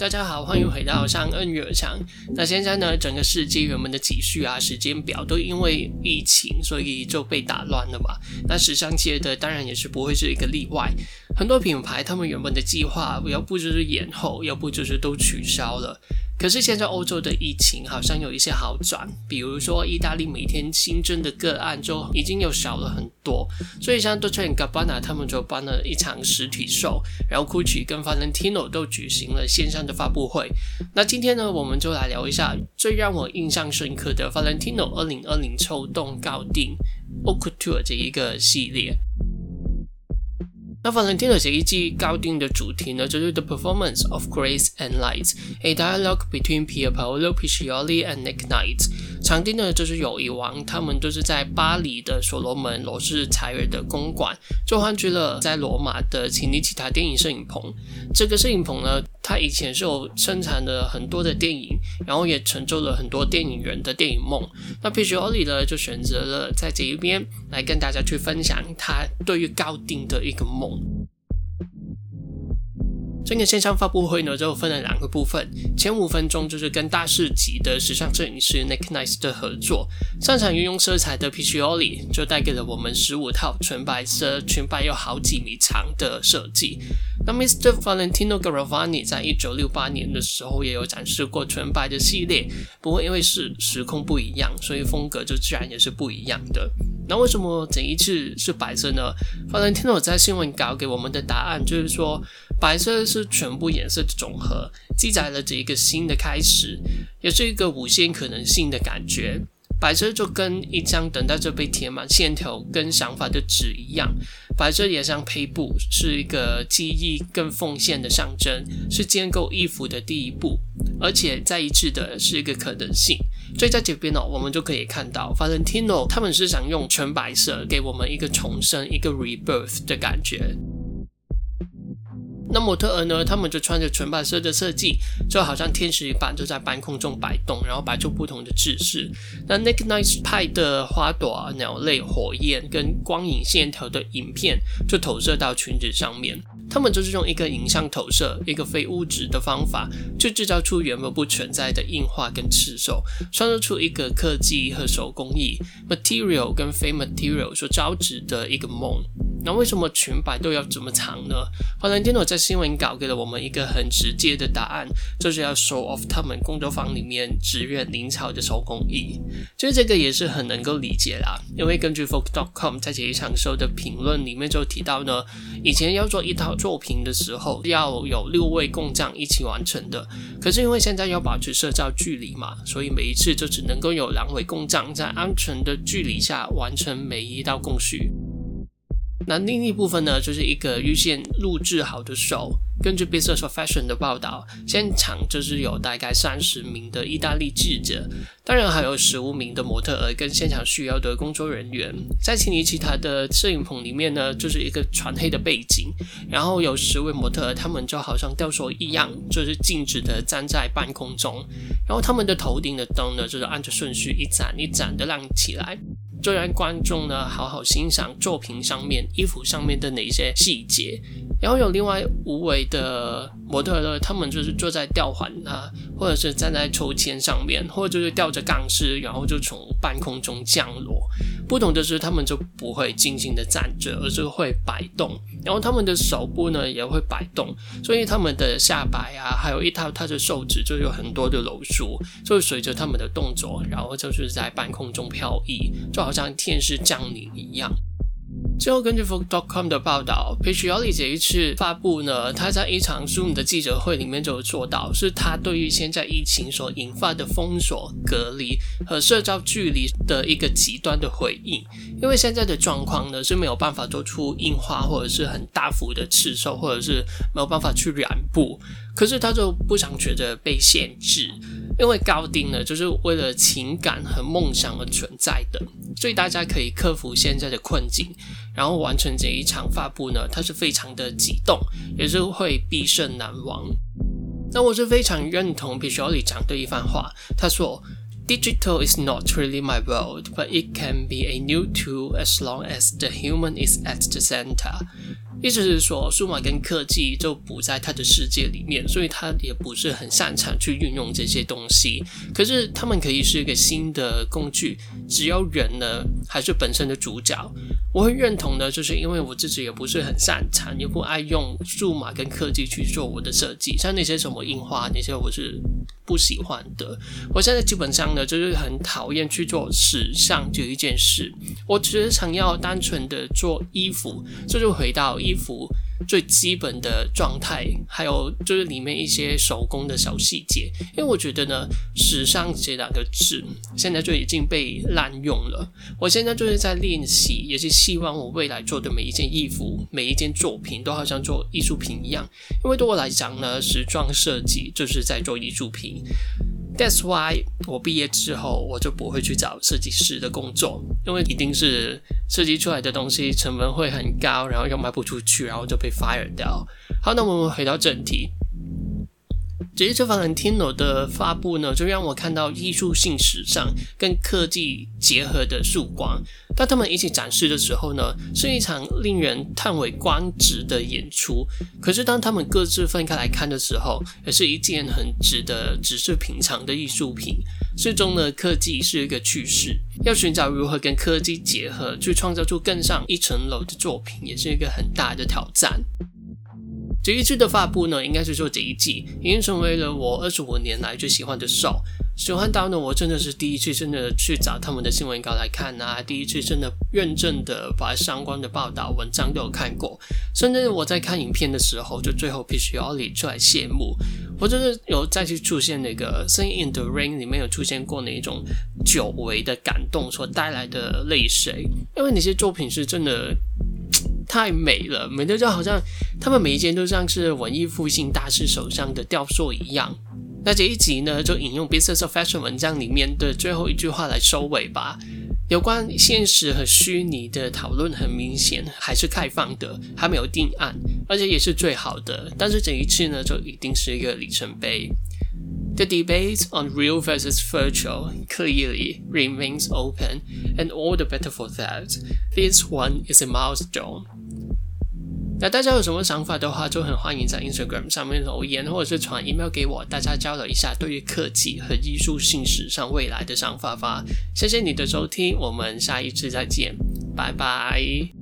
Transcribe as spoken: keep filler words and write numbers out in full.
大家好，欢迎回到上恩热场。那现在呢，整个世界原本的集序啊、时间表都因为疫情，所以就被打乱了嘛。那时尚界的当然也是不会是一个例外。很多品牌他们原本的计划，要不就是延后，要不就是都取消了。可是现在欧洲的疫情好像有一些好转，比如说意大利每天新增的个案就已经有少了很多，所以像 Dolce and Gabbana 他们就办了一场实体秀，然后 Gucci 跟 Valentino 都举行了线上的发布会。那今天呢，我们就来聊一下最让我印象深刻的 Valentino 二零二零秋冬高定 Haute Couture 这一个系列。那 Valentino 这一季高定的主题呢，就是 The Performance of Grace and Light, a dialogue between Pierpaolo Piccioli and Nick Knight。 场地呢就是有以往他们都是在巴黎的所罗门罗氏采尔的公馆，就换居了在罗马的奇尼奇塔电影摄影棚。这个摄影棚呢，它以前是有生产了很多的电影，然后也成就了很多电影人的电影梦。那 Piccioli 呢就选择了在这一边来跟大家去分享他对于高定的一个梦。这个线上发布会呢，就分了两个部分。前五分钟就是跟大师级的时尚摄影师 Nick Knight 的合作，擅长运用色彩的 Piccioli 就带给了我们十五套纯白色、裙摆有好几米长的设计。那 Mister Valentino Garavani 在一九六八年的时候也有展示过纯白的系列，不过因为是时空不一样，所以风格就自然也是不一样的。那为什么这一次是白色呢？ Valentino 在新闻稿给我们的答案就是说，白色是全部颜色的总和，记载了这一个新的开始，也是一个无限可能性的感觉。白色就跟一张等待着被填满线条跟想法的纸一样，白色也像胚布，是一个记忆跟奉献的象征，是建构衣服的第一步，而且再一次的是一个可能性。所以在这边、哦、我们就可以看到 Valentino 他们是想用全白色给我们一个重生，一个 rebirth 的感觉。那模特儿呢，他们就穿着纯白色的设计，就好像天使一般，就在半空中摆动，然后摆出不同的姿势。那 Nick Knight 拍的花朵、鸟类、火焰跟光影线条的影片就投射到裙子上面。他们就是用一个影像投射，一个非物质的方法，去制造出原本不存在的印花跟刺绣，创造出一个科技和手工艺 material 跟非 material 所交织的一个梦。那为什么裙摆都要这么长呢？ Valentino 在新闻稿给了我们一个很直接的答案，就是要 show off 他们工作坊里面职人灵巧的手工艺。其实这个也是很能够理解啦，因为根据 Vogue 点 com 在这一场秀的评论里面就提到呢，以前要做一套作品的时候要有六位工匠一起完成的，可是因为现在要保持社交距离嘛，所以每一次就只能够有两位工匠在安全的距离下完成每一道工序。那另一部分呢，就是一个预先录制好的show。根据 Business of Fashion 的报道，现场就是有大概三十名的意大利记者，当然还有十五名的模特儿跟现场需要的工作人员。在奇尼奇塔的摄影棚里面呢，就是一个全黑的背景，然后有十位模特儿，他们就好像吊手一样，就是静止的站在半空中，然后他们的头顶的灯呢，就是按着顺序一盏一盏的亮起来，就让观众呢好好欣赏作品上面衣服上面的哪些细节。然后有另外五位的模特儿，他们就是坐在吊环啊，或者是站在抽签上面，或者就是吊着钢丝，然后就从半空中降落。不同的是，他们就不会静静的站着，而是会摆动，然后他们的手部呢也会摆动，所以他们的下摆啊，还有一套他的手指就有很多的柔术，就随着他们的动作，然后就是在半空中飘逸，就好像天使降临一样。最后根据 Vogue 点 com 的报道， Piccioli 这一次发布呢，他在一场 Zoom 的记者会里面就有做到，是他对于现在疫情所引发的封锁、隔离和社交距离的一个极端的回应。因为现在的状况呢，是没有办法做出印花，或者是很大幅的刺绣，或者是没有办法去染布，可是他就不想觉得被限制，因为高定呢就是为了情感和梦想而存在的，所以大家可以克服现在的困境，然后完成这一场发布呢，它是非常的激动，也是会必胜难忘。那我是非常认同 Piccioli 讲的一番话，他说Digital is not really my world, but it can be a new tool as long as the human is at the center. 意思是说数码跟科技就不在他的世界里面，所以他也不是很擅长去运用这些东西。可是他们可以是一个新的工具，只要人呢还是本身的主角。我会认同的，就是因为我自己也不是很擅长，也不爱用数码跟科技去做我的设计，像那些什么印花那些我是不喜欢的。我现在基本上呢就是很讨厌去做时尚这一件事，我只是想要单纯的做衣服，这就回到衣服最基本的状态，还有就是里面一些手工的小细节。因为我觉得呢，时尚这两个字现在就已经被滥用了。我现在就是在练习，也是希望我未来做的每一件衣服、每一件作品都好像做艺术品一样。因为对我来讲呢，时装设计就是在做艺术品。That's why 我毕业之后我就不会去找设计师的工作，因为一定是设计出来的东西成本会很高，然后又卖不出去，然后就被 fire 掉。好，那我们回到正题。这一次 Valentino 的发布呢，就让我看到艺术性时尚跟科技结合的曙光。当他们一起展示的时候呢，是一场令人叹为观止的演出。可是当他们各自分开来看的时候，也是一件很值得只是品尝的艺术品。最终呢，科技是一个趋势，要寻找如何跟科技结合，去创造出更上一层楼的作品，也是一个很大的挑战。这一次的发布呢，应该是说这一季已经成为了我二十五年来最喜欢的 show。喜欢到呢，我真的是第一次真的去找他们的新闻稿来看啊，第一次真的认真的把相关的报道文章都有看过，甚至我在看影片的时候，就最后必须要理出来谢幕。我真的有再去出现那个《Sing in the Rain》里面有出现过那种久违的感动所带来的泪水，因为那些作品是真的太美了，美的就好像他们每一件都像是文艺复兴大师手上的雕塑一样。那这一集呢，就引用 Business of Fashion 文章里面的最后一句话来收尾吧。有关现实和虚拟的讨论很明显还是开放的，还没有定案，而且也是最好的。但是这一次呢，就一定是一个里程碑。The debate on real versus virtual clearly remains open, and all the better for that. This one is a milestone. 那大家有什么想法的话，就很欢迎在 Instagram 上面留言，或者是传 email 给我，大家交流一下对于科技和艺术性时尚未来的想法吧。谢谢你的收听，我们下一次再见，拜拜。